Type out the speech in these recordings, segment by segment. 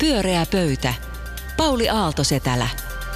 Pyöreä pöytä. Pauli Aalto-Setälä.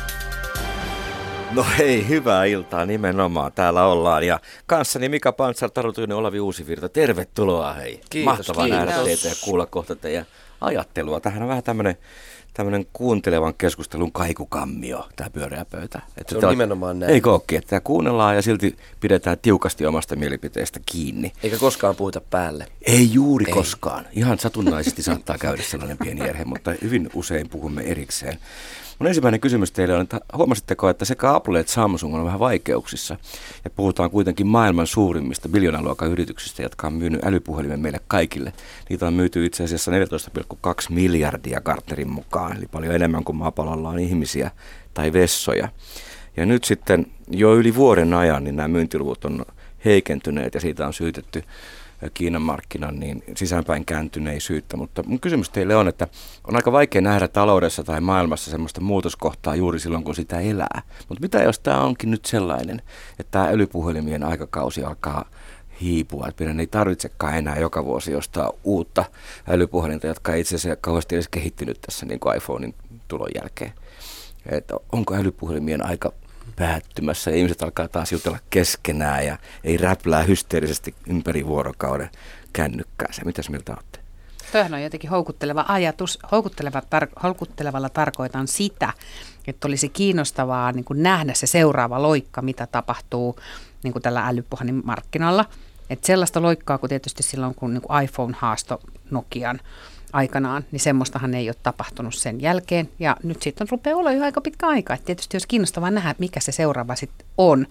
No hei, hyvää iltaa nimenomaan. Täällä ollaan ja kanssani Mika Pantsar, Taru Tyynen, Olavi Uusivirta. Tervetuloa hei. Kiitos, Mahtavaa nähdä teitä ja kuulla kohta teidän ajattelua. Tämähän on vähän tämmöinen kuuntelevan keskustelun kaikukammio, tämä pyöreä pöytä. Että se on nimenomaan näin. Eikö ookin, että kuunnellaan ja silti pidetään tiukasti omasta mielipiteestä kiinni. Eikä koskaan puhuta päälle. Ei juuri koskaan. Ihan satunnaisesti saattaa käydä sellainen pieni erhe, mutta hyvin usein puhumme erikseen. Mun ensimmäinen kysymys teille on, että huomasitteko, että sekä Apple että Samsung on vähän vaikeuksissa. Ja puhutaan kuitenkin maailman suurimmista biljoonaluokan yrityksistä, jotka on myynyt älypuhelimen meille kaikille. Niitä on myyty itse asiassa 14,2 miljardia Gartnerin mukaan, eli paljon enemmän kuin maapallolla on ihmisiä tai vessoja. Ja nyt sitten jo yli vuoden ajan niin nämä myyntiluvut on heikentyneet ja siitä on syytetty Kiinan markkinan niin sisäänpäin kääntyneisyyttä, mutta mun kysymys teille on, että on aika vaikea nähdä taloudessa tai maailmassa semmoista muutoskohtaa juuri silloin, kun sitä elää. Mutta mitä jos tämä onkin nyt sellainen, että tämä älypuhelimien aikakausi alkaa hiipua, että meidän ei tarvitsekaan enää joka vuosi jostain uutta älypuhelinta, jotka ei itse asiassa kauheasti edes kehittynyt tässä niin kuin iPhonein tulon jälkeen. Että onko älypuhelimien aika päättymässä ja ihmiset alkaa taas jutella keskenään ja ei räplää hysteerisesti ympäri vuorokauden kännykkäänsä. Mitäs mieltä olette? Toihan on jotenkin houkutteleva ajatus. Houkuttelevalla tarkoitan sitä, että olisi kiinnostavaa niin kuin nähdä se seuraava loikka, mitä tapahtuu niin kuin tällä älypuhelinmarkkinalla. Että sellaista loikkaa kuin tietysti silloin, kun niin kuin iPhone haasto Nokian aikanaan, niin semmoistahan ei ole tapahtunut sen jälkeen. Ja nyt sitten rupeaa olla jo aika pitkä aika. Et tietysti olisi kiinnostavaa nähdä, mikä se seuraava sitten on.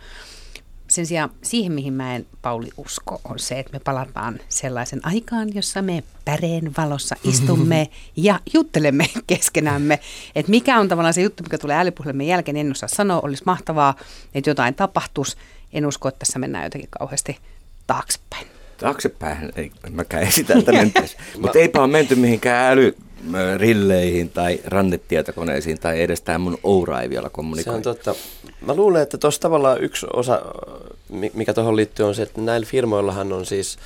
Sen sijaan siihen, mihin mä en, Pauli, usko, on se, että me palataan sellaisen aikaan, jossa me päreen valossa istumme ja juttelemme keskenämme. Että mikä on tavallaan se juttu, mikä tulee älypuhelimen jälkeen, en osaa sanoa. Olisi mahtavaa, että jotain tapahtuisi. En usko, että tässä mennään jotenkin kauheasti taaksepäin. Taaksepäin ei mäkään esitä, että mentäisi. Mutta eipä ole menty mihinkään älyrilleihin tai rannetietokoneisiin tai edes tämä mun Ouraivialla kommunikoi. Se on totta. Mä luulen, että tuossa tavallaan yksi osa, mikä tuohon liittyy, on se, että näillä firmoillahan on siis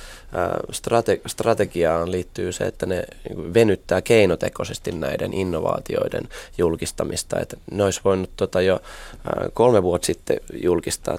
strategiaan liittyy se, että ne venyttää keinotekoisesti näiden innovaatioiden julkistamista. Että ne olisi voinut jo 3 vuotta sitten julkistaa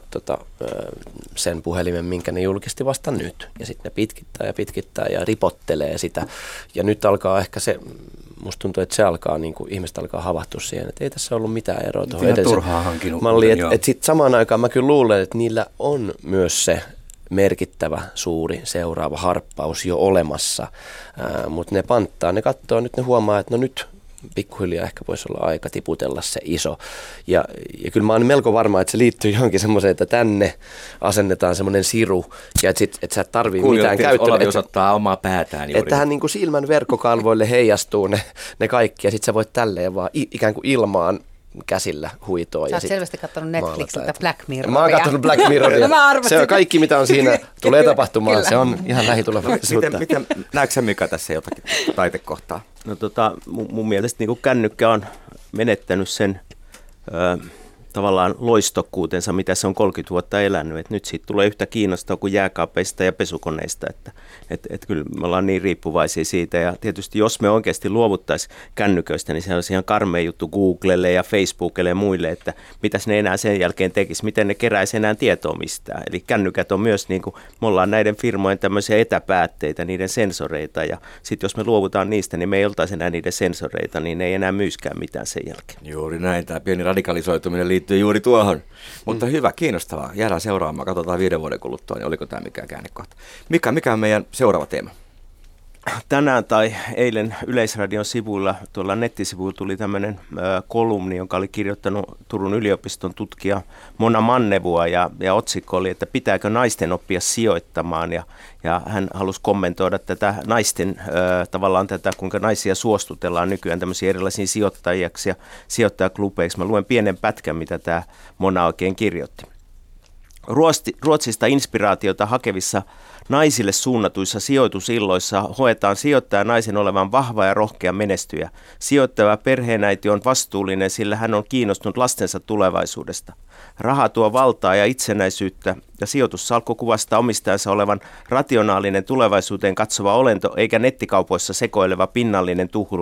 sen puhelimen, minkä ne julkisti vasta nyt. Ja sitten ne pitkittää ja ripottelee sitä. Ja nyt alkaa ehkä se, musta tuntuu, että se alkaa, niin kuin ihmiset alkaa havahtua siihen, että ei tässä ollut mitään eroa tuohon edellisen malliin. Että sitten samaan aikaan mä kyllä luulen, että niillä on myös se merkittävä, suuri, seuraava harppaus jo olemassa, mutta ne panttaa, ne katsoo, nyt ne huomaa, että no nyt pikkuhiljaa ehkä voisi olla aika tiputella se iso. Ja kyllä mä oon melko varma, että se liittyy johonkin semmoiseen, että tänne asennetaan semmoinen siru, ja että sä et tarvii mitään käyttöä. Olavi osoittaa omaa päätään juuri. Että tähän niin kuin silmän verkkokalvoille heijastuu ne kaikki, ja sit sä voit tälleen vaan ikään kuin ilmaan käsillä huitoa. Sä oot selvästi katsonut Netflixiltä Black Mirroria. Mä oon katsonut Black Mirroria. Se on kaikki, mitä on siinä, tulee tapahtumaan. Kyllä. Se on ihan lähitulevaisuutta. Miten näetkö sä, Mika, tässä jotakin taitekohtaa? No mun mielestä niin kuin kännykkä on menettänyt sen tavallaan loistokkuutensa, mitä se on 30 vuotta elänyt. Et nyt siitä tulee yhtä kiinnostavaa kuin jääkaapeista ja pesukoneista, että kyllä me ollaan niin riippuvaisia siitä. Ja tietysti jos me oikeasti luovuttaisiin kännyköistä, niin se olisi ihan karmea juttu Googlelle ja Facebookille ja muille, että mitäs ne enää sen jälkeen tekisi, miten ne keräisi enää tietoa mistään. Eli kännykät on myös, niin kuin, me ollaan näiden firmojen tämmöisiä etäpäätteitä, niiden sensoreita, ja sitten jos me luovutaan niistä, niin me ei oltaisi enää niiden sensoreita, niin ne ei enää myyskään mitään sen jälkeen. Juuri näin, tämä pieni radikalisoituminen liittyy juuri tuohon. Mutta hyvä, kiinnostavaa. Jäädään seuraamaan. Katsotaan 5 vuoden kuluttua, niin oliko tämä mikään käännekohta. Mikä on meidän seuraava teema? Tänään tai eilen Yleisradion sivuilla, tuolla nettisivuilla tuli tämmöinen kolumni, jonka oli kirjoittanut Turun yliopiston tutkija Mona Mannevua, ja otsikko oli, että pitääkö naisten oppia sijoittamaan, ja hän halusi kommentoida tätä naisten, tavallaan tätä, kuinka naisia suostutellaan nykyään tämmöisiin erilaisiin sijoittajaksi ja sijoittajaklubeiksi. Mä luen pienen pätkän, mitä tämä Mona oikein kirjoitti. Ruotsista inspiraatiota hakevissa naisille suunnatuissa sijoitusilloissa hoetaan sijoittaja naisen olevan vahva ja rohkea menestyjä. Sijoittava perheenäiti on vastuullinen, sillä hän on kiinnostunut lastensa tulevaisuudesta. Raha tuo valtaa ja itsenäisyyttä, ja sijoitussalkku kuvastaa omistajansa olevan rationaalinen tulevaisuuteen katsova olento, eikä nettikaupoissa sekoileva pinnallinen tuhluri.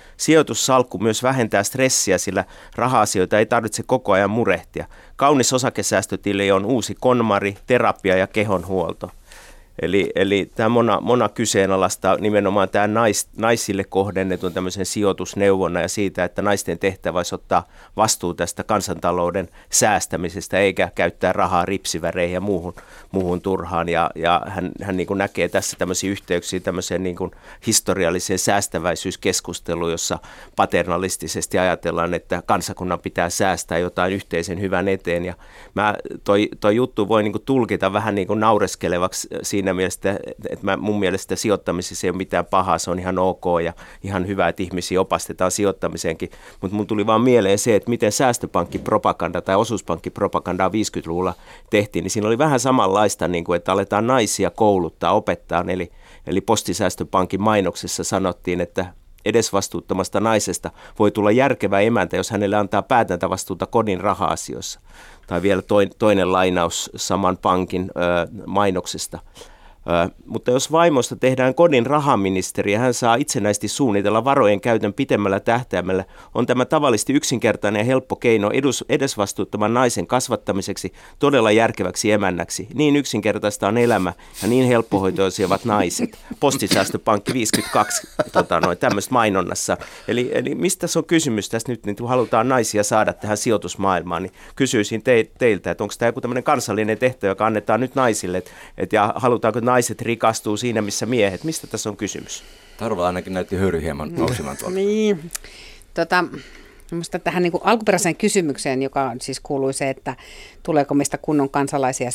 Sijoitussalkku myös vähentää stressiä, sillä raha-asioita ei tarvitse koko ajan murehtia. Kaunis osakesäästötili on uusi KonMari, terapia ja kehonhuolto. Eli tämä Mona kyseenalaistaa nimenomaan tämä naisille kohdennetun tämmöisen sijoitusneuvonnan ja siitä, että naisten tehtävä olisi ottaa vastuu tästä kansantalouden säästämisestä eikä käyttää rahaa ripsiväreihin ja muuhun turhaan. Ja hän niin kuin näkee tässä tämmöisiä yhteyksiä tämmöiseen niin kuin historialliseen säästäväisyyskeskusteluun, jossa paternalistisesti ajatellaan, että kansakunnan pitää säästää jotain yhteisen hyvän eteen. Ja toi juttu voi niin kuin tulkita vähän niin kuin naureskelevaksi siinä mielessä, että mun mielestä sijoittamisessa ei ole mitään pahaa, se on ihan ok ja ihan hyvä, että ihmisiä opastetaan sijoittamiseenkin, mutta mun tuli vaan mieleen se, että miten säästöpankkipropaganda tai osuuspankkipropagandaa 50-luvulla tehtiin, niin siinä oli vähän samanlaista, niin kuin, että aletaan naisia kouluttaa, opettaa, eli Postisäästöpankin mainoksessa sanottiin, että edesvastuuttomasta naisesta voi tulla järkevä emäntä, jos hänelle antaa päätäntävastuuta kodin raha-asioissa. Tai vielä toinen lainaus saman pankin mainoksesta. Mutta jos vaimosta tehdään kodin rahaministeri ja hän saa itsenäisesti suunnitella varojen käytön pitemmällä tähtäimellä, on tämä tavallisesti yksinkertainen ja helppo keino edesvastuuttoman naisen kasvattamiseksi todella järkeväksi emännäksi. Niin yksinkertaista on elämä ja niin helppohoitoisia ovat naiset. Postisäästöpankki 52 tämmöistä mainonnassa. Eli mistä se on kysymys tässä nyt, niin kun halutaan naisia saada tähän sijoitusmaailmaan, niin kysyisin teiltä, että onko tämä joku tämmöinen kansallinen tehtävä, joka annetaan nyt naisille, ja halutaanko naiset rikastuu siinä, missä miehet. Mistä tässä on kysymys? Tarvola ainakin näytti höyry hieman nousemaan tuolta. Niin. Minusta tähän niin kuin alkuperäiseen kysymykseen, joka siis kuului se, että tuleeko meistä kunnon kansalaisia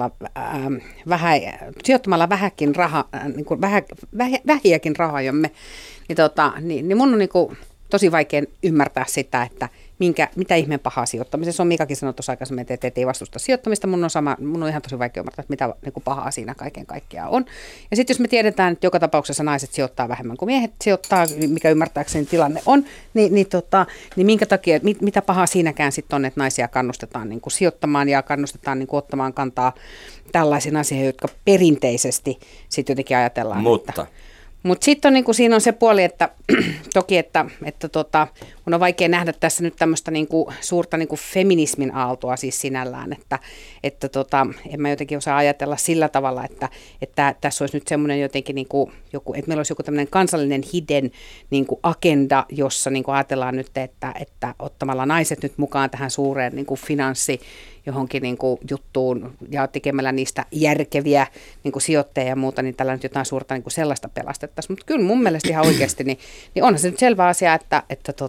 sijoittamalla vähäkin rahaa, niin kuin vähiäkin rahojamme, niin mun on niin kuin tosi vaikea ymmärtää sitä, että mitä ihmeen pahaa sijoittamisessa on. Mikakin sanoi tuossa aikaisemmin, että ei vastusta sijoittamista. Mun on ihan tosi vaikea ymmärtää, että mitä niin kuin pahaa siinä kaiken kaikkiaan on. Ja sitten jos me tiedetään, että joka tapauksessa naiset sijoittaa vähemmän kuin miehet sijoittaa, mikä ymmärtääkseni tilanne on, niin minkä takia, mitä pahaa siinäkään sitten on, että naisia kannustetaan niin kuin sijoittamaan ja kannustetaan niin kuin ottamaan kantaa tällaisiin asioihin, jotka perinteisesti sitten jotenkin ajatellaan. Mutta sitten on, niinku, siinä on se puoli, että toki, että mun on vaikea nähdä tässä nyt tämmöistä niinku, suurta niinku, feminismin aaltoa siis sinällään, että en mä jotenkin osaa ajatella sillä tavalla, että tässä olisi nyt semmoinen jotenkin, niinku, että meillä olisi joku tämmöinen kansallinen hidden niinku, agenda, jossa niinku, ajatellaan nyt, että ottamalla naiset nyt mukaan tähän suureen niinku, johonkin niin kuin juttuun ja tekemällä niistä järkeviä niin kuin sijoittajia ja muuta, niin tällä nyt jotain suurta niin kuin sellaista pelastettaisiin. Mutta kyllä mun mielestä ihan oikeasti, niin onhan se nyt selvä asia, että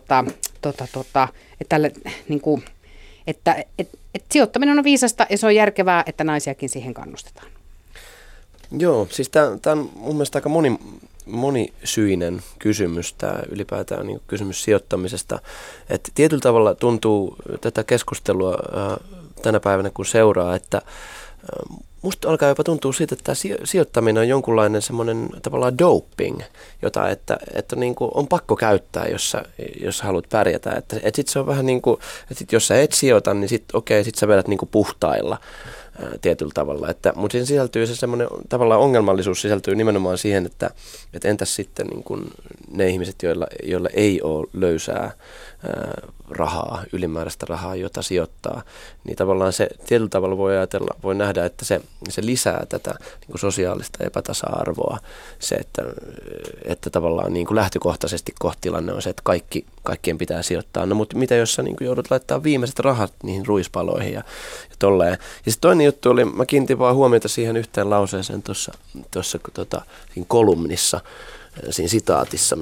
sijoittaminen on viisasta ja se on järkevää, että naisiakin siihen kannustetaan. Joo, siis tämä on mun mielestä aika monisyinen kysymys, tämä ylipäätään niin kysymys sijoittamisesta. Että tietyllä tavalla tuntuu tätä keskustelua tänä päivänä kun seuraa, että musta alkaa jopa tuntua siitä, että tämä sijoittaminen on jonkunlainen semmoinen tavallaan doping, jota että niin kuin on pakko käyttää, jos haluat pärjätä. Että sitten se on vähän niin kuin, että sit jos sä et sijoita, niin sitten sit sä vedät niin kuin puhtailla tietyllä tavalla. Mutta siinä sisältyy se semmoinen tavallaan ongelmallisuus sisältyy nimenomaan siihen, että entäs sitten niin kuin ne ihmiset, joilla ei ole löysää rahaa, ylimääräistä rahaa, jota sijoittaa, niin tavallaan se tietyllä tavalla voi nähdä, että se lisää tätä niin kuin sosiaalista epätasa-arvoa. Se, että tavallaan niin kuin lähtökohtaisesti tilanne on se, että kaikkien pitää sijoittaa. No mutta mitä jos sä niin kuin joudut laittaa viimeiset rahat niihin ruispaloihin ja tolleen. Ja sitten toinen juttu oli, mä kiinnitin vaan huomiota siihen yhteen lauseeseen tuossa siinä kolumnissa, siinä sitaatissa,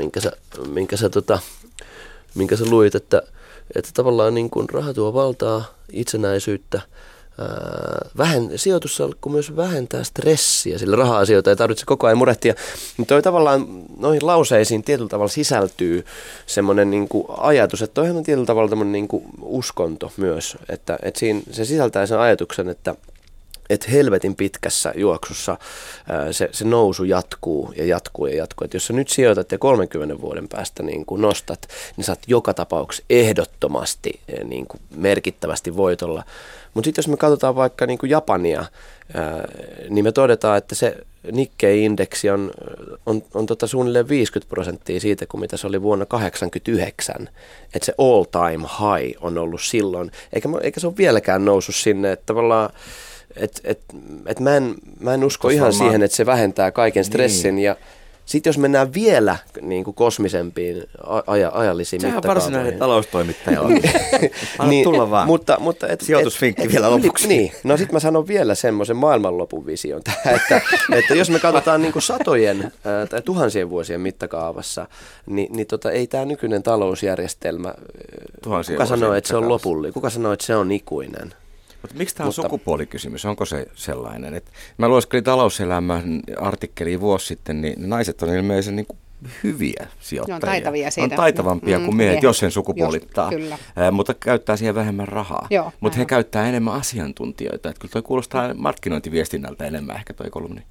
minkä sä luit, että tavallaan niin kuin raha tuo valtaa, itsenäisyyttä, sijoitussalkku myös vähentää stressiä, sillä raha-asioita ei tarvitse koko ajan murehtia. Mutta toi tavallaan noihin lauseisiin tietyllä tavalla sisältyy semmoinen niin kuin ajatus, että toihan on tietyllä tavalla tämmöinen niin kuin uskonto myös, että siinä se sisältää sen ajatuksen, että että helvetin pitkässä juoksussa se nousu jatkuu ja jatkuu ja jatkuu. Että jos sä nyt sijoitat ja 30 vuoden päästä niin kuin nostat, niin saat joka tapauksessa ehdottomasti niin kuin merkittävästi voitolla. Mutta sitten jos me katsotaan vaikka niin kuin Japania, niin me todetaan, että se Nikkei-indeksi on suunnilleen 50% siitä, kuin mitä se oli vuonna 1989. Että se all time high on ollut silloin, eikä se ole vieläkään noussut sinne, että tavallaan mä en usko ihan siihen, että se vähentää kaiken stressin. Niin. Ja sitten jos mennään vielä niin kuin kosmisempiin ajallisiin sehän mittakaaviin. Sehän on varsinainen taloustoimittaja. Anna tulla vaan. Mutta sijoitusvinkki vielä lopuksi. Niin. No sitten mä sanon vielä semmoisen maailmanlopun vision tähän, että jos me katsotaan niin kuin satojen tai tuhansien vuosien mittakaavassa, niin ei tämä nykyinen talousjärjestelmä, kuka sanoo, että se on lopullinen, kuka sanoo, että se on ikuinen? Mutta miksi tämä on sukupuolikysymys? Onko se sellainen? Et mä lueskelin Talouselämän artikkeliin vuosi sitten, niin naiset on ilmeisesti niin kuin hyviä sijoittajia. Ne on taitavia siitä. On taitavampia kuin miehet, jos sen sukupuolittaa, mutta käyttää siihen vähemmän rahaa. Mutta he käyttää enemmän asiantuntijoita. Et kyllä toi kuulostaa markkinointiviestinnältä enemmän ehkä toi kolumni.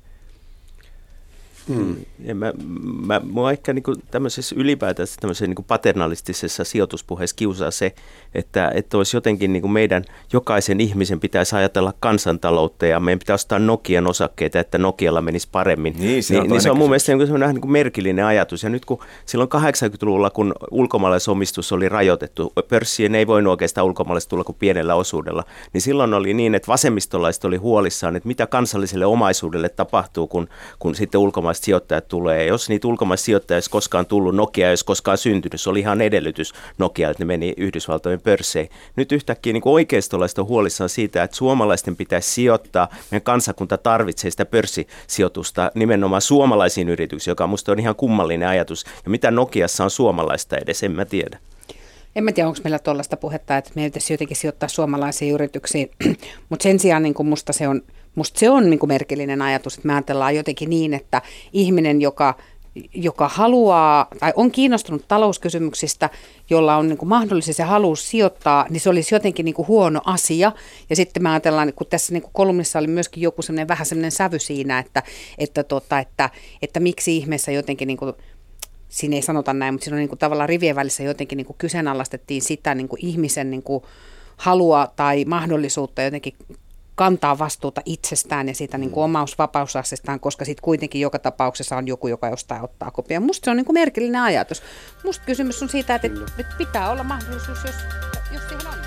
Ja mua ehkä niin kuin tämmöisessä ylipäätään tämmöisessä niin kuin paternalistisessa sijoituspuheessa kiusaa se, että olisi jotenkin niin kuin meidän jokaisen ihmisen pitäisi ajatella kansantaloutta ja meidän pitää ostaa Nokian osakkeita, että Nokialla menisi paremmin. Niin se on mun mielestä niin kuin merkillinen ajatus. Ja nyt kun silloin 80-luvulla, kun ulkomaalaisomistus oli rajoitettu, pörssiin ei voinut oikeastaan ulkomaalaiset tulla kuin pienellä osuudella, niin silloin oli niin, että vasemmistolaiset oli huolissaan, että mitä kansalliselle omaisuudelle tapahtuu, kun sitten ulkomaalaiset sijoittajat tulee. Ja jos niitä ulkomaisia sijoittajia olisi koskaan tullut, Nokia ei olisi koskaan syntynyt, se oli ihan edellytys Nokia, että ne meni Yhdysvaltojen pörsseihin. Nyt yhtäkkiä niin oikeistolaiset on huolissaan siitä, että suomalaisten pitäisi sijoittaa, meidän kansakunta tarvitsee sitä pörssisijoitusta nimenomaan suomalaisiin yrityksiin, joka musta on ihan kummallinen ajatus. Ja mitä Nokiassa on suomalaista edes, en mä tiedä. En mä tiedä, onko meillä tuollaista puhetta, että meidän pitäisi jotenkin sijoittaa suomalaisiin yrityksiin, mutta sen sijaan niin musta se on niin kuin merkillinen ajatus, että me ajatellaan jotenkin niin, että ihminen, joka haluaa tai on kiinnostunut talouskysymyksistä, jolla on niin kuin mahdollisuus ja haluus sijoittaa, niin se olisi jotenkin niin kuin huono asia. Ja sitten me ajatellaan, kun tässä niin kuin kolumnissa oli myöskin joku vähän sellainen sävy siinä, että miksi ihmeessä jotenkin niin kuin, siinä ei sanota näin, mutta siinä on niin kuin tavallaan rivien välissä jotenkin niin kuin kyseenalaistettiin sitä niin kuin ihmisen niin kuin halua tai mahdollisuutta jotenkin kantaa vastuuta itsestään ja siitä niin kuin vapausasestaan, koska sitten kuitenkin joka tapauksessa on joku, joka jostain ottaa kopia. Musta se on niin kuin merkillinen ajatus. Musta kysymys on siitä, että pitää olla mahdollisuus, jos siihen on.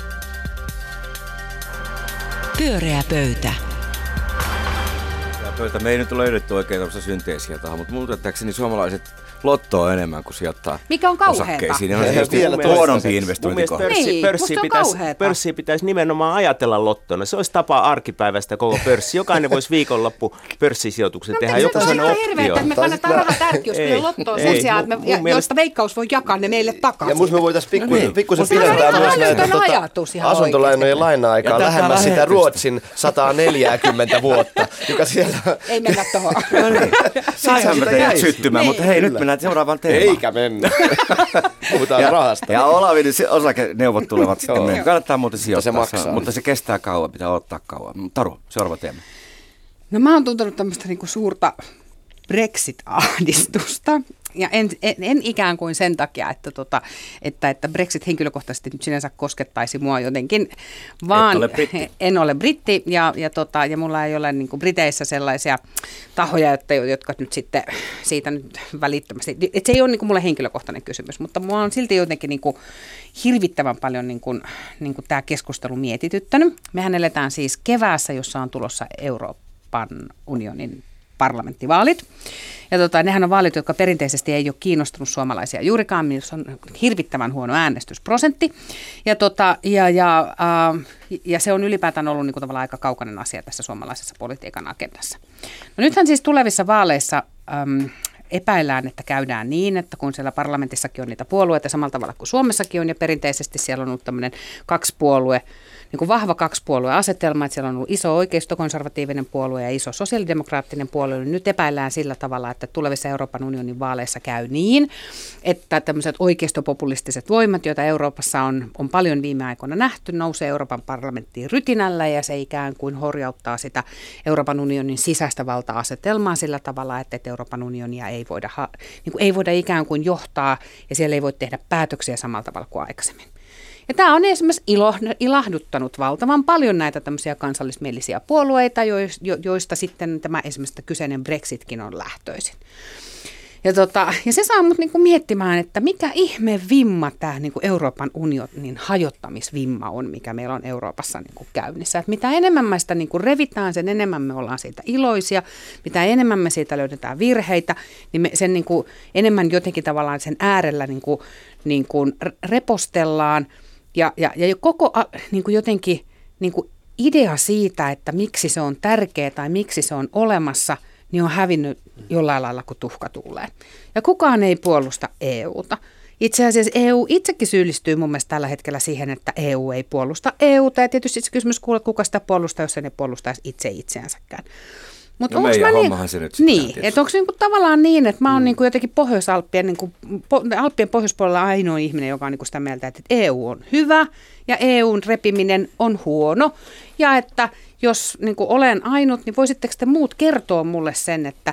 Pyöreä pöytä. Me ei nyt ole löydetty oikein tämmöistä synteesiä tähän, mutta muutettaakseni suomalaiset lottoa enemmän kuin sijoittaa mikä on kauheeta. Osakkeisiin. On vielä huonompi investointikohde. Pörssi pitäisi nimenomaan ajatella lottona. Se olisi tapa arkipäivästä koko pörssi. Jokainen voisi viikonloppu pörssisijoituksen tehdä. Joku sellainen optio. Se on hirveä, että me kannetaan rahat ärkiöstä lottoon sen sijaan, josta Veikkaus voi jakaa ne meille takaisin. Ja musta me voitaisiin pikkusen pidentää myös näitä asuntolainojen laina-aikaa lähemmäs sitä Ruotsin 140 vuotta, joka siellä... Ei mennä tuohon. Saihan me teidät syttymään, mutta hei, nyt mennään seuraavaan teemaan. Eikä mennä. Puhutaan rahasta. Ja Olavi, osakeneuvot tulevat sitten meidän. Kannattaa muuten sijoittaa, mutta se kestää kauan, pitää ottaa kauan. Taru, seuraava teema. No mä oon tuntenut tämmöistä niinku suurta Brexit-ahdistusta. Ja en ikään kuin sen takia, että Brexit henkilökohtaisesti nyt sinänsä koskettaisi mua jotenkin, vaan en ole britti ja mulla ei ole niin kuin Briteissä sellaisia tahoja, jotka nyt sitten siitä nyt välittömästi, että se ei ole niin kuin mulle henkilökohtainen kysymys, mutta mua on silti jotenkin niin kuin hirvittävän paljon niin kuin tämä keskustelu mietityttänyt. Mehän eletään siis keväässä, jossa on tulossa Euroopan unionin parlamenttivaalit. Ja nehän on vaalit, jotka perinteisesti ei ole kiinnostunut suomalaisia juurikaan, missä on hirvittävän huono äänestysprosentti. Ja se on ylipäätään ollut niin kuin tavallaan aika kaukainen asia tässä suomalaisessa politiikan agendassa. No nythän siis tulevissa vaaleissa epäillään, että käydään niin, että kun siellä parlamentissakin on niitä puolueita samalla tavalla kuin Suomessakin on, ja perinteisesti siellä on ollut tämmöinen vahva kaksipuolueasetelma, että siellä on ollut iso oikeistokonservatiivinen puolue ja iso sosiaalidemokraattinen puolue, niin nyt epäillään sillä tavalla, että tulevissa Euroopan unionin vaaleissa käy niin, että tämmöiset oikeistopopulistiset voimat, joita Euroopassa on paljon viime aikoina nähty, nousee Euroopan parlamenttiin rytinällä ja se ikään kuin horjauttaa sitä Euroopan unionin sisäistä valta-asetelmaa sillä tavalla, että Euroopan unionia ei voida ikään kuin johtaa ja siellä ei voi tehdä päätöksiä samalla tavalla kuin aikaisemmin. Ja tämä on esimerkiksi ilahduttanut valtavan paljon näitä tämmöisiä kansallismielisiä puolueita, joista sitten tämä esimerkiksi kyseinen Brexitkin on lähtöisin. Ja se saa mut niinku miettimään, että mikä ihme vimma tämä niinku Euroopan unionin hajottamisvimma on, mikä meillä on Euroopassa niinku käynnissä. Et mitä enemmän me sitä niinku revitään, sen enemmän me ollaan siitä iloisia, mitä enemmän me siitä löydetään virheitä, niin me sen niinku enemmän jotenkin tavallaan sen äärellä niinku repostellaan. Ja koko niinku jotenkin niinku idea siitä, että miksi se on tärkeä tai miksi se on olemassa, niin on hävinnyt jollain lailla, kun tuhka tulee. Ja kukaan ei puolusta EUta. Itse asiassa EU itsekin syyllistyy mun mielestä tällä hetkellä siihen, että EU ei puolusta EUta. Ja tietysti se kysymys kuulee, kuka sitä puolustaa, jos ne puolustaisi itse itseänsäkään. No meidän hommahan se nyt sitten niin, että onko se niinku tavallaan niin, että mä oon niinku jotenkin Pohjois-Alppien, Alppien pohjoispuolella ainoa ihminen, joka on niinku sitä mieltä, että EU on hyvä ja EUn repiminen on huono. Ja että jos niinku olen ainut, niin voisitteko te muut kertoa mulle sen, että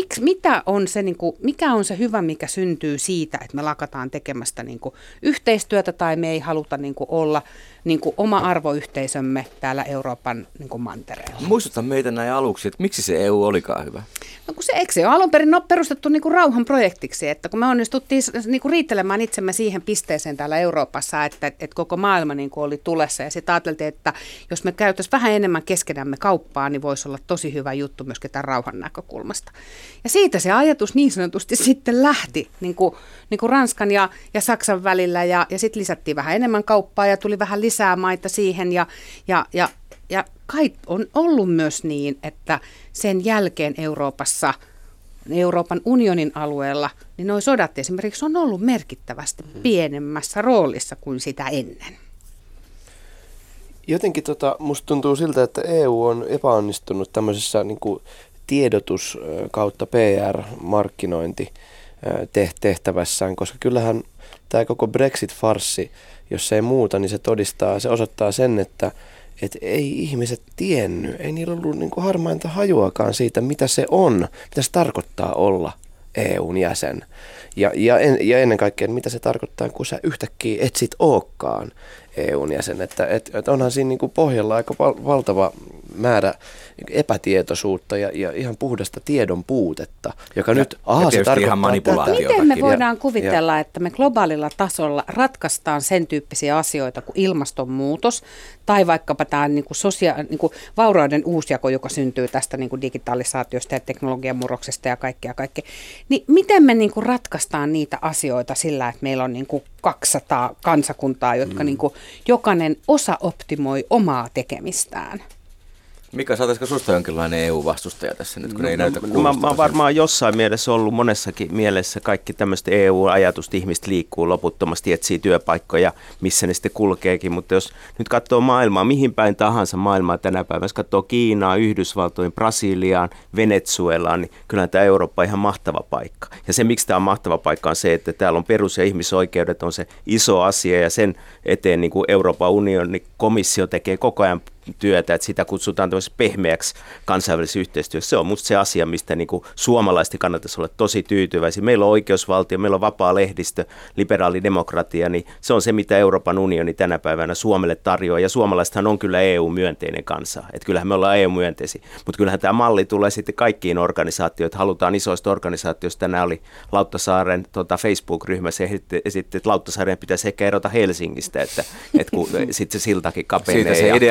mikä on se hyvä, mikä syntyy siitä, että me lakataan tekemästä niinku yhteistyötä tai me ei haluta niinku olla niinku oma arvoyhteisömme täällä Euroopan niinku mantereella. Muistuta meitä näin aluksi, että miksi se EU olikaan hyvä? No kun se on alun perin perustettu niinku rauhanprojektiksi, että kun me onnistuttiin niinku riittelemään itsemme siihen pisteeseen täällä Euroopassa, että koko maailma niinku oli tulessa ja sitten ajateltiin, että jos me käytäisiin vähän enemmän keskenämme kauppaa, niin voisi olla tosi hyvä juttu myöskin tämän rauhan näkökulmasta. Ja siitä se ajatus niin sanotusti sitten lähti niin kuin Ranskan ja Saksan välillä ja sitten lisättiin vähän enemmän kauppaa ja tuli vähän lisää maita siihen ja kai on ollut myös niin, että sen jälkeen Euroopassa, Euroopan unionin alueella, niin nuo sodat esimerkiksi on ollut merkittävästi pienemmässä roolissa kuin sitä ennen. Jotenkin musta tuntuu siltä, että EU on epäonnistunut tämmöisessä niin kuin tiedotus kautta PR-markkinointi tehtävässään, koska kyllähän tämä koko Brexit-farssi, jos se ei muuta, niin se osoittaa sen, että ei ihmiset tiennyt, ei niillä ollut niin kuin harmainta hajuakaan siitä, mitä se on, mitä se tarkoittaa olla EUn jäsen. Ja ennen kaikkea, mitä se tarkoittaa, kun sä yhtäkkiä et sit olekaan EUn jäsen. Että onhan siinä niin kuin pohjalla aika valtava määrä epätietoisuutta ja ihan puhdasta tiedon puutetta, joka nyt se tarkoittaa tätä. Miten me voidaan kuvitella, että me globaalilla tasolla ratkaistaan sen tyyppisiä asioita kuin ilmastonmuutos tai vaikkapa tämä niin kuin vaurauden uusjako, joka syntyy tästä niin kuin digitalisaatiosta ja teknologian murroksesta ja kaikkea. Niin miten me niin kuin ratkaistaan niitä asioita sillä, että meillä on niin kuin 200 kansakuntaa, jotka niin kuin jokainen osa optimoi omaa tekemistään? Mika, saataisiko susta jonkinlainen EU-vastustaja tässä nyt, kun ei näytä kuulostavan? Mä oon varmaan jossain mielessä ollut monessakin mielessä kaikki tämmöistä EU-ajatusta, ihmiset liikkuu loputtomasti, etsii työpaikkoja, missä ne sitten kulkeekin, mutta jos nyt katsoo maailmaa, mihin päin tahansa maailmaa tänä päivänä, jos katsoo Kiinaa, Yhdysvaltoihin, Brasiliaan, Venezuelaan, niin kyllähän tämä Eurooppa on ihan mahtava paikka. Ja se, miksi tämä on mahtava paikka, on se, että täällä on perus- ja ihmisoikeudet on se iso asia, ja sen eteen niin kuin Euroopan unionin komissio tekee koko ajan työtä, että sitä kutsutaan tämmöisessä pehmeäksi kansainvälisessä yhteistyössä. Se on musta se asia, mistä niin kuin suomalaisesti kannattaisi olla tosi tyytyväisiä. Meillä on oikeusvaltio, meillä on vapaa lehdistö, liberaali demokratia, niin se on se, mitä Euroopan unioni tänä päivänä Suomelle tarjoaa. Ja suomalaisethan on kyllä EU-myönteinen kansa. Että kyllähän me ollaan EU-myönteisiä, mutta kyllähän tämä malli tulee sitten kaikkiin organisaatioihin. Halutaan isoista organisaatioista. Tänään oli Lauttasaaren Facebook-ryhmässä esitti, että Lauttasaaren pitäisi ehkä erota Helsingistä, että kun sitten se siltakin kapenee. Siitä se idea sitten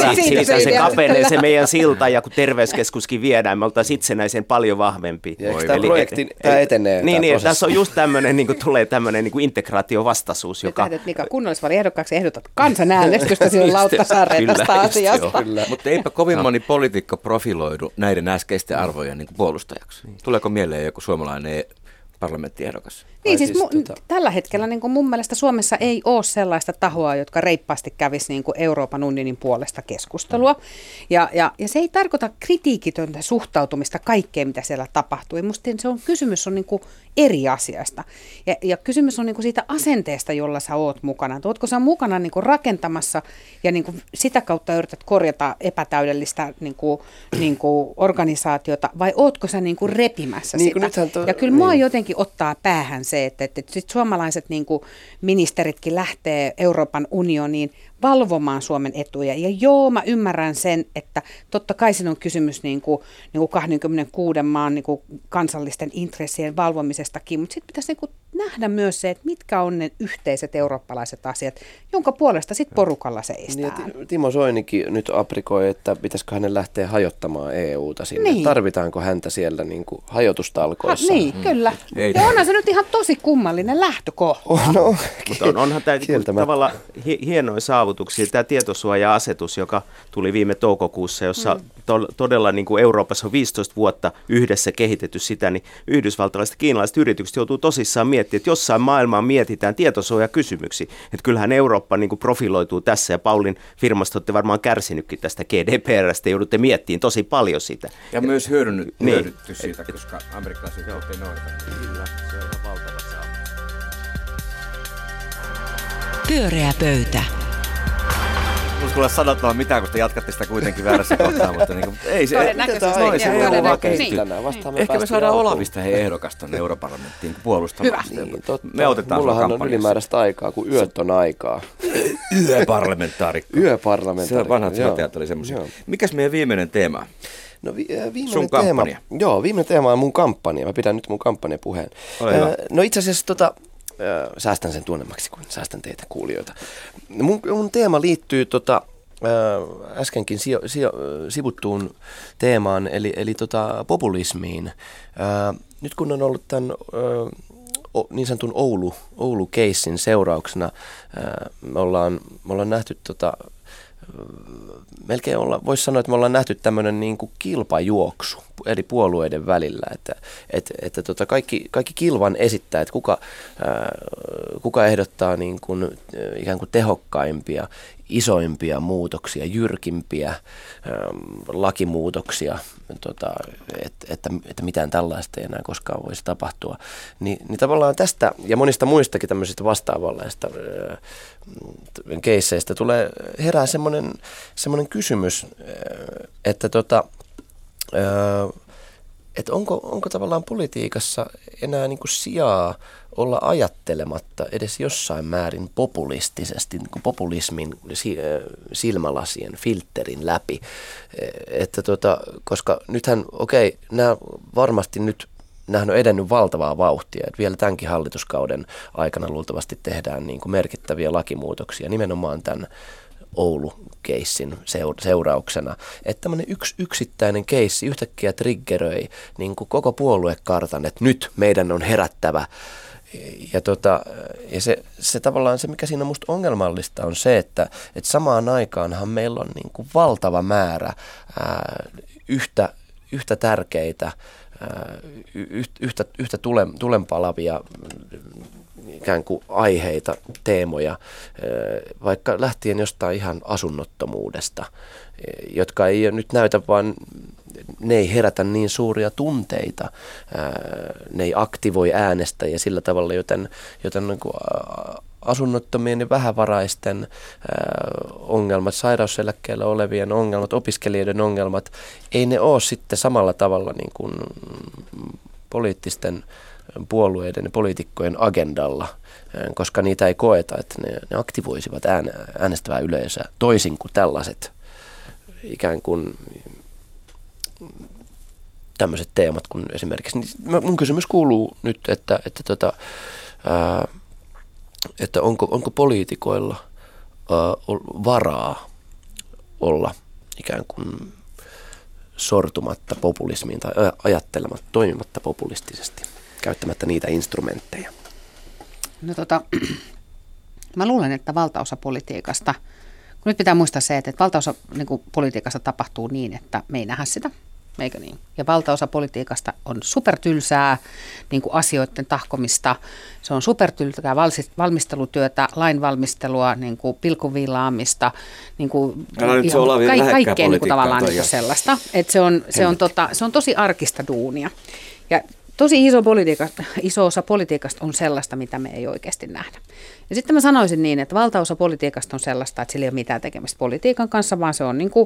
siitä se kapenee se meidän silta, ja kun terveyskeskuskin viedään, me oltaisiin itsenäisen paljon vahvempi. Ja eikö tämä projekti, tämä etenee? Niin, tässä on just tämmöinen, niin tulee tämmöinen niin integraatiovastaisuus, joka... Mika, kunnallisvaaliehdokkaaksi ehdotat kansanäänestystä sinun Lauttasaareen tästä asiasta. Mutta eipä kovin moni poliitikko profiloidu näiden äskeisten arvojen niin puolustajaksi. Tuleeko mieleen joku suomalainen parlamenttiehdokas? Niin siis tällä hetkellä niin kuin mun mielestä Suomessa ei ole sellaista tahoa, jotka reippaasti kävisi niin kuin Euroopan unionin puolesta keskustelua. Ja se ei tarkoita kritiikitöntä suhtautumista kaikkeen, mitä siellä tapahtuu. Musta kysymys on niin kuin eri asiasta. Ja kysymys on niin kuin siitä asenteesta, jolla sä oot mukana. Ootko sä mukana niin kuin rakentamassa ja niin kuin sitä kautta yrität korjata epätäydellistä niin kuin organisaatiota, vai ootko sä niin kuin repimässä niin, sitä? Ja kyllä mua jotenkin ottaa päähän se, että sit suomalaiset niin kuin ministeritkin lähtee Euroopan unioniin valvomaan Suomen etuja. Ja joo, mä ymmärrän sen, että totta kai siinä on kysymys niin kuin 26 maan niin kuin kansallisten intressien valvomisestakin, mutta sitten pitäisi niin kuin nähdä myös se, että mitkä on ne yhteiset eurooppalaiset asiat, jonka puolesta sitten porukalla seistään. Niin, Timo Soinikin nyt aprikoi, että pitäisikö hänen lähteä hajottamaan EUta sinne. Niin. Tarvitaanko häntä siellä niin kuin hajotustalkoissa? Niin, kyllä. Ja onhan se nyt ihan tosi kummallinen lähtökohta. Mutta onhan tämä tavallaan hienoja saavutuksia. Tämä tietosuoja-asetus, joka tuli viime toukokuussa, jossa todella niin kuin Euroopassa on 15 vuotta yhdessä kehitetty sitä, niin yhdysvaltalaiset ja kiinalaiset yritykset joutuu tosissaan miettimään, että jossain maailmaa mietitään tietosuojakysymyksiä. Että kyllähän Eurooppa niin kuin profiloituu tässä, ja Paulin firmasta olette varmaan kärsinytkin tästä GDPR:stä, joudutte miettimään tosi paljon sitä. Ja myös hyödytty siitä, koska amerikkalaiset ei noudata. Kyllä, se on ihan valtava saavutus. Pyöreä pöytä. Uskalla sanoa mitään, kun te jatkatte sitä kuitenkin väärässä kohtaa, mutta niin kuin, ei se noin se EU vaan kehittyy. Ehkä me saadaan Olavista ehdokas tuonne europarlamenttiin puolustamaan. Hyvä. Niin, totta. Me otetaan mullahan on ylimääräistä aikaa, kun yöt on aikaa. Yöparlamentaarikko. Yöparlamentaarikko. Se vanhat sateat oli semmoisia. Mikäs meidän viimeinen teema? No sun kampanja. Joo, viimeinen teema on mun kampanja. Mä pidän nyt mun kampanjapuheen. No itse asiassa säästän sen tuonnemmaksi, kun säästän teitä kuulijoita. Mun teema liittyy äskenkin sivuttuun teemaan, eli populismiin. Nyt kun on ollut tämän niin sanotun Oulu-keissin seurauksena, me ollaan nähty melkein voisi sanoa, että me ollaan nähty tämmöinen niin kuin kilpajuoksu eri puolueiden välillä, että kaikki kilvan esittää, että kuka ehdottaa niin kuin ikään kuin tehokkaimpia, isoimpia muutoksia, jyrkimpiä lakimuutoksia, että mitään tällaista ei enää koskaan voisi tapahtua. Niin tavallaan tästä ja monista muistakin tämmöisistä vastaavanlaista keisseistä herää semmoinen kysymys, että onko tavallaan politiikassa enää niin kuin sijaa olla ajattelematta edes jossain määrin populistisesti, niin kuin populismin silmälasien, filterin läpi. Koska nythän, nämä varmasti nyt nämähän on edennyt valtavaa vauhtia, että vielä tämänkin hallituskauden aikana luultavasti tehdään niin kuin merkittäviä lakimuutoksia nimenomaan tämän Oulu-keissin seurauksena, että tämmöinen yksittäinen keissi yhtäkkiä triggeröi niin kuin koko puoluekartan, että nyt meidän on herättävä. Ja se tavallaan se, mikä siinä on musta ongelmallista, on se, että samaan aikaanhan meillä on niin kuin valtava määrä yhtä tärkeitä, yhtä tulenpalavia ikään kuin aiheita, teemoja, vaikka lähtien jostain ihan asunnottomuudesta, jotka ei nyt näytä, vaan ne ei herätä niin suuria tunteita, ne ei aktivoi äänestäjiä sillä tavalla, joten niin kuin asunnottomien ja vähävaraisten ongelmat, sairauseläkkeellä olevien ongelmat, opiskelijoiden ongelmat, ei ne ole sitten samalla tavalla niin kuin poliittisten puolueiden ja poliitikkojen agendalla, koska niitä ei koeta, että ne aktivoisivat äänestävää yleisöä toisin kuin tällaiset ikään kuin tämmöiset teemat kuin esimerkiksi. Mun kysymys kuuluu nyt, että onko poliitikoilla varaa olla ikään kuin sortumatta populismiin tai ajattelematta, toimimatta populistisesti, käyttämättä niitä instrumentteja? No mä luulen, että valtaosa politiikasta, kun nyt pitää muistaa se, että valtaosa niin kuin politiikasta tapahtuu niin, että me ei nähdä sitä, eikö niin? Ja valtaosa politiikasta on supertylsää niin kuin asioiden tahkomista, se on supertylsää valmistelutyötä, lainvalmistelua, niin kuin pilkuviilaamista, niin kuin kaikkea niin kuin tavallaan niin kuin sellaista. Että se on tosi arkista duunia. Ja tosi iso osa politiikasta on sellaista, mitä me ei oikeasti nähdä. Ja sitten mä sanoisin niin, että valtaosa politiikasta on sellaista, että sillä ei ole mitään tekemistä politiikan kanssa, vaan se on niin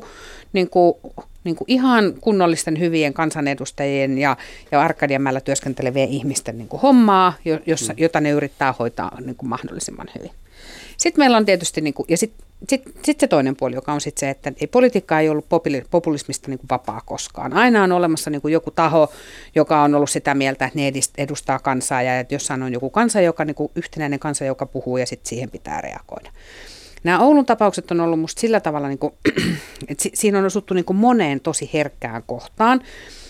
kuin ihan kunnollisten hyvien kansanedustajien ja Arkadianmäellä työskentelevien ihmisten niin kuin hommaa, jota ne yrittää hoitaa niin kuin mahdollisimman hyvin. Sitten meillä on tietysti, niin kuin, ja sitten se toinen puoli, joka on sitten se, että politiikka ei ollut populismista niin kuin vapaa koskaan. Aina on olemassa niin kuin joku taho, joka on ollut sitä mieltä, että ne edustaa kansaa, ja että jossain on joku kansa, niin kuin yhtenäinen kansa, joka puhuu, ja sitten siihen pitää reagoida. Nämä Oulun tapaukset on ollut musta sillä tavalla, niin kuin, että siinä on osuttu niin kuin moneen tosi herkkään kohtaan.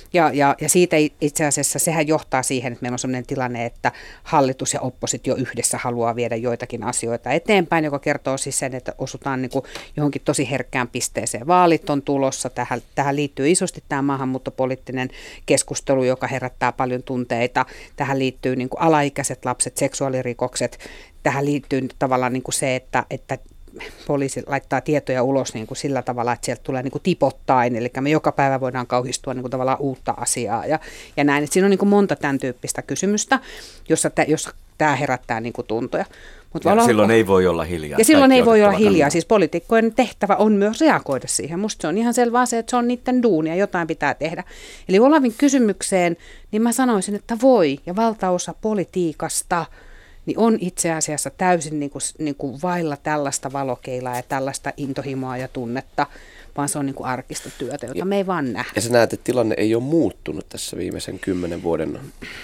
Ja siitä itse asiassa sehän johtaa siihen, että meillä on sellainen tilanne, että hallitus ja oppositio yhdessä haluaa viedä joitakin asioita eteenpäin, joka kertoo siis sen, että osutaan niin kuin johonkin tosi herkkään pisteeseen. Vaalit on tulossa, tähän liittyy isosti tämä maahanmuuttopoliittinen keskustelu, joka herättää paljon tunteita. Tähän liittyy niin kuin alaikäiset lapset, seksuaalirikokset. Tähän liittyy tavallaan niin kuin se, että poliisi laittaa tietoja ulos niin kuin sillä tavalla, että sieltä tulee niin kuin tipottain, eli me joka päivä voidaan kauhistua niin kuin tavallaan uutta asiaa ja näin. Että siinä on niin kuin monta tämän tyyppistä kysymystä, jossa tämä herättää niin kuin tuntoja. Silloin ei voi olla hiljaa. Ja silloin ei voi olla hiljaa. Siis poliitikkojen tehtävä on myös reagoida siihen. Musta se on ihan selvää se, että se on niiden duunia, jotain pitää tehdä. Eli Olavin kysymykseen, niin mä sanoisin, että voi, ja valtaosa politiikasta niin on itse asiassa täysin niin kuin vailla tällaista valokeilaa ja tällaista intohimoa ja tunnetta, vaan se on niin kuin arkista työtä, jota me ei vaan nähdä. Ja sä näet, että tilanne ei ole muuttunut tässä viimeisen 10 vuoden,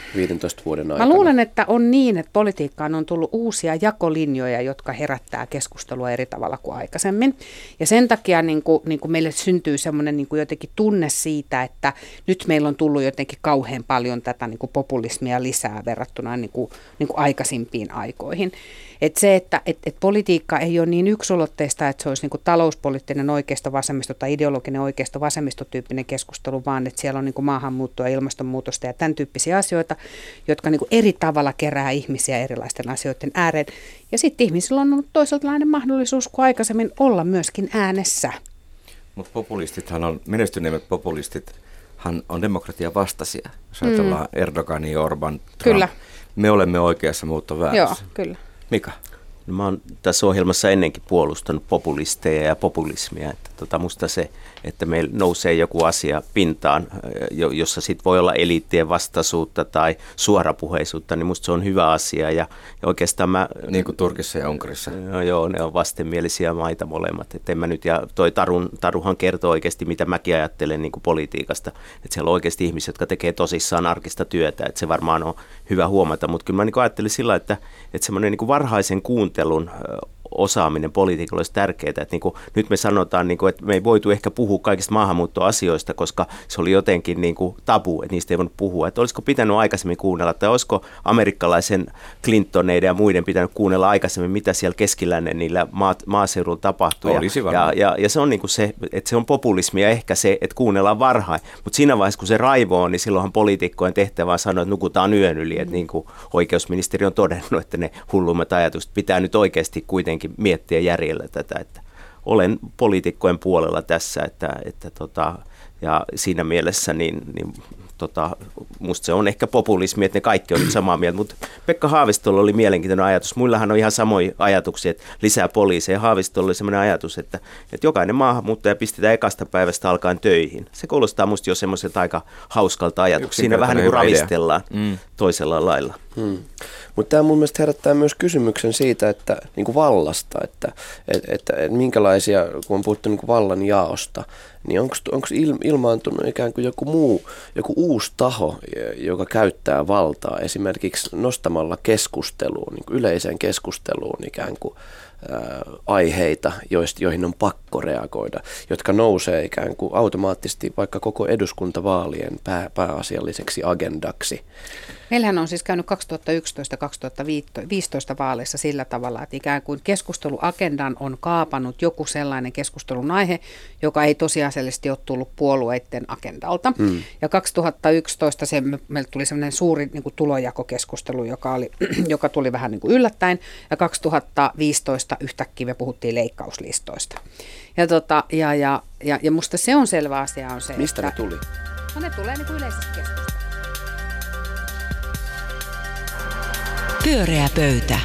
15 vuoden aikana. Mä luulen, että on niin, että politiikkaan on tullut uusia jakolinjoja, jotka herättää keskustelua eri tavalla kuin aikaisemmin. Ja sen takia niin kuin meille syntyy semmoinen niin kuin jotenkin tunne siitä, että nyt meillä on tullut jotenkin kauhean paljon tätä niin kuin populismia lisää verrattuna niin kuin aikaisimpiin aikoihin. Että se, että politiikka ei ole niin yksulotteista, että se olisi niin kuin talouspoliittinen oikeisto-vasemmisto tai ideologinen oikeisto-vasemmistotyyppinen keskustelu, vaan että siellä on niin kuin maahanmuuttoa, ilmastonmuutosta ja tämän tyyppisiä asioita, jotka niin kuin eri tavalla kerää ihmisiä erilaisten asioiden ääreen. Ja sitten ihmisillä on ollut toisenlainen mahdollisuus kuin aikaisemmin olla myöskin äänessä. Mutta menestyneimmät populistithan on demokratian vastaisia. Jos ajatellaan Erdogania, Orbán, Trump. Kyllä. Me olemme oikeassa, mutta väärässä. Joo, kyllä. Mika? No, mä oon tässä ohjelmassa ennenkin puolustanut populisteja ja populismia. Että musta se, että meillä nousee joku asia pintaan, jossa sit voi olla eliittien vastaisuutta tai suorapuheisuutta, niin musta se on hyvä asia. Ja oikeastaan niin kuin Turkissa ja Unkarissa. Joo, ne on vastenmielisiä maita molemmat. Et en mä nyt, ja toi Taruhan kertoo oikeasti, mitä mäkin ajattelen niin kuin politiikasta. Että siellä on oikeasti ihmisiä, jotka tekee tosissaan arkista työtä. Että se varmaan on hyvä huomata. Mutta kyllä mä niin ajattelin sillä, että semmoinen niin varhaisen kuuntelun osaaminen politiikalla olisi tärkeää. Että niin kuin, nyt me sanotaan, niin kuin, että me ei voitu ehkä puhua kaikista maahanmuuttoasioista, koska se oli jotenkin niin kuin tabu, että niistä ei voinut puhua. Että olisiko pitänyt aikaisemmin kuunnella, tai olisiko amerikkalaisen Clintoneiden ja muiden pitänyt kuunnella aikaisemmin, mitä siellä Keskilännen niillä maaseudulla tapahtuu. Ja se on niin kuin se, että se on populismia ehkä se, että kuunnellaan varhain. Mutta siinä vaiheessa, kun se raivoo on, niin silloinhan poliitikkojen tehtävä on sanoa, että nukutaan yön yli. Että niin kuin oikeusministeri on todennut, että ne hullummat ajatukset pitää nyt oikeasti kuitenkin miettiä järjellä tätä, että olen poliitikkojen puolella tässä, ja siinä mielessä musta se on ehkä populismi, että ne kaikki on nyt samaa mieltä, mutta Pekka Haavistolla oli mielenkiintoinen ajatus. Muillahan on ihan samoja ajatuksia, että lisää poliiseja. Haavistolla oli sellainen ajatus, että jokainen maahanmuuttaja pistetään ekasta päivästä alkaen töihin. Se kuulostaa musta jo semmoiselta aika hauskalta ajatukselta. Siinä vähän niin kuin ravistellaan toisella lailla. Mutta tämä mun mielestä herättää myös kysymyksen siitä, että niin kuin vallasta, että minkälaisia, kun on puhuttu niin kuin vallan jaosta, niin onko ilmaantunut ikään kuin joku uusi taho, joka käyttää valtaa esimerkiksi nostamalla keskusteluun, niin kuin yleiseen keskusteluun ikään kuin aiheita, joihin on pakko reagoida, jotka nousee ikään kuin automaattisesti vaikka koko eduskuntavaalien pääasialliseksi agendaksi. Meillähän on siis käynyt 2011-2015 vaaleissa sillä tavalla, että ikään kuin keskusteluagendan on kaapannut joku sellainen keskustelun aihe, joka ei tosiasiallisesti ole tullut puolueiden agendalta. Ja 2011 meille tuli sellainen suuri niin kuin tulojakokeskustelu, joka tuli vähän niin kuin yllättäen, ja 2015 yhtäkkiä me puhuttiin leikkauslistoista. Ja musta se on selvä asia on se, mistä että ne tuli? No ne tulee niin kuin yleisessä keskustelussa. Pyöreä pöytä.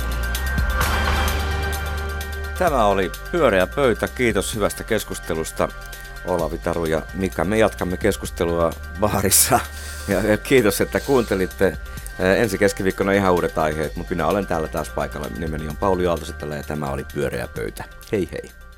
Tämä oli Pyöreä pöytä. Kiitos hyvästä keskustelusta, Olavi, Taru ja Mika. Me jatkamme keskustelua baarissa. Ja kiitos, että kuuntelitte. Ensi keskiviikkona ihan uudet aiheet, mutta minä olen täällä taas paikalla. Nimeni on Pauli Aaltosetälä ja tämä oli Pyöreä pöytä. Hei hei.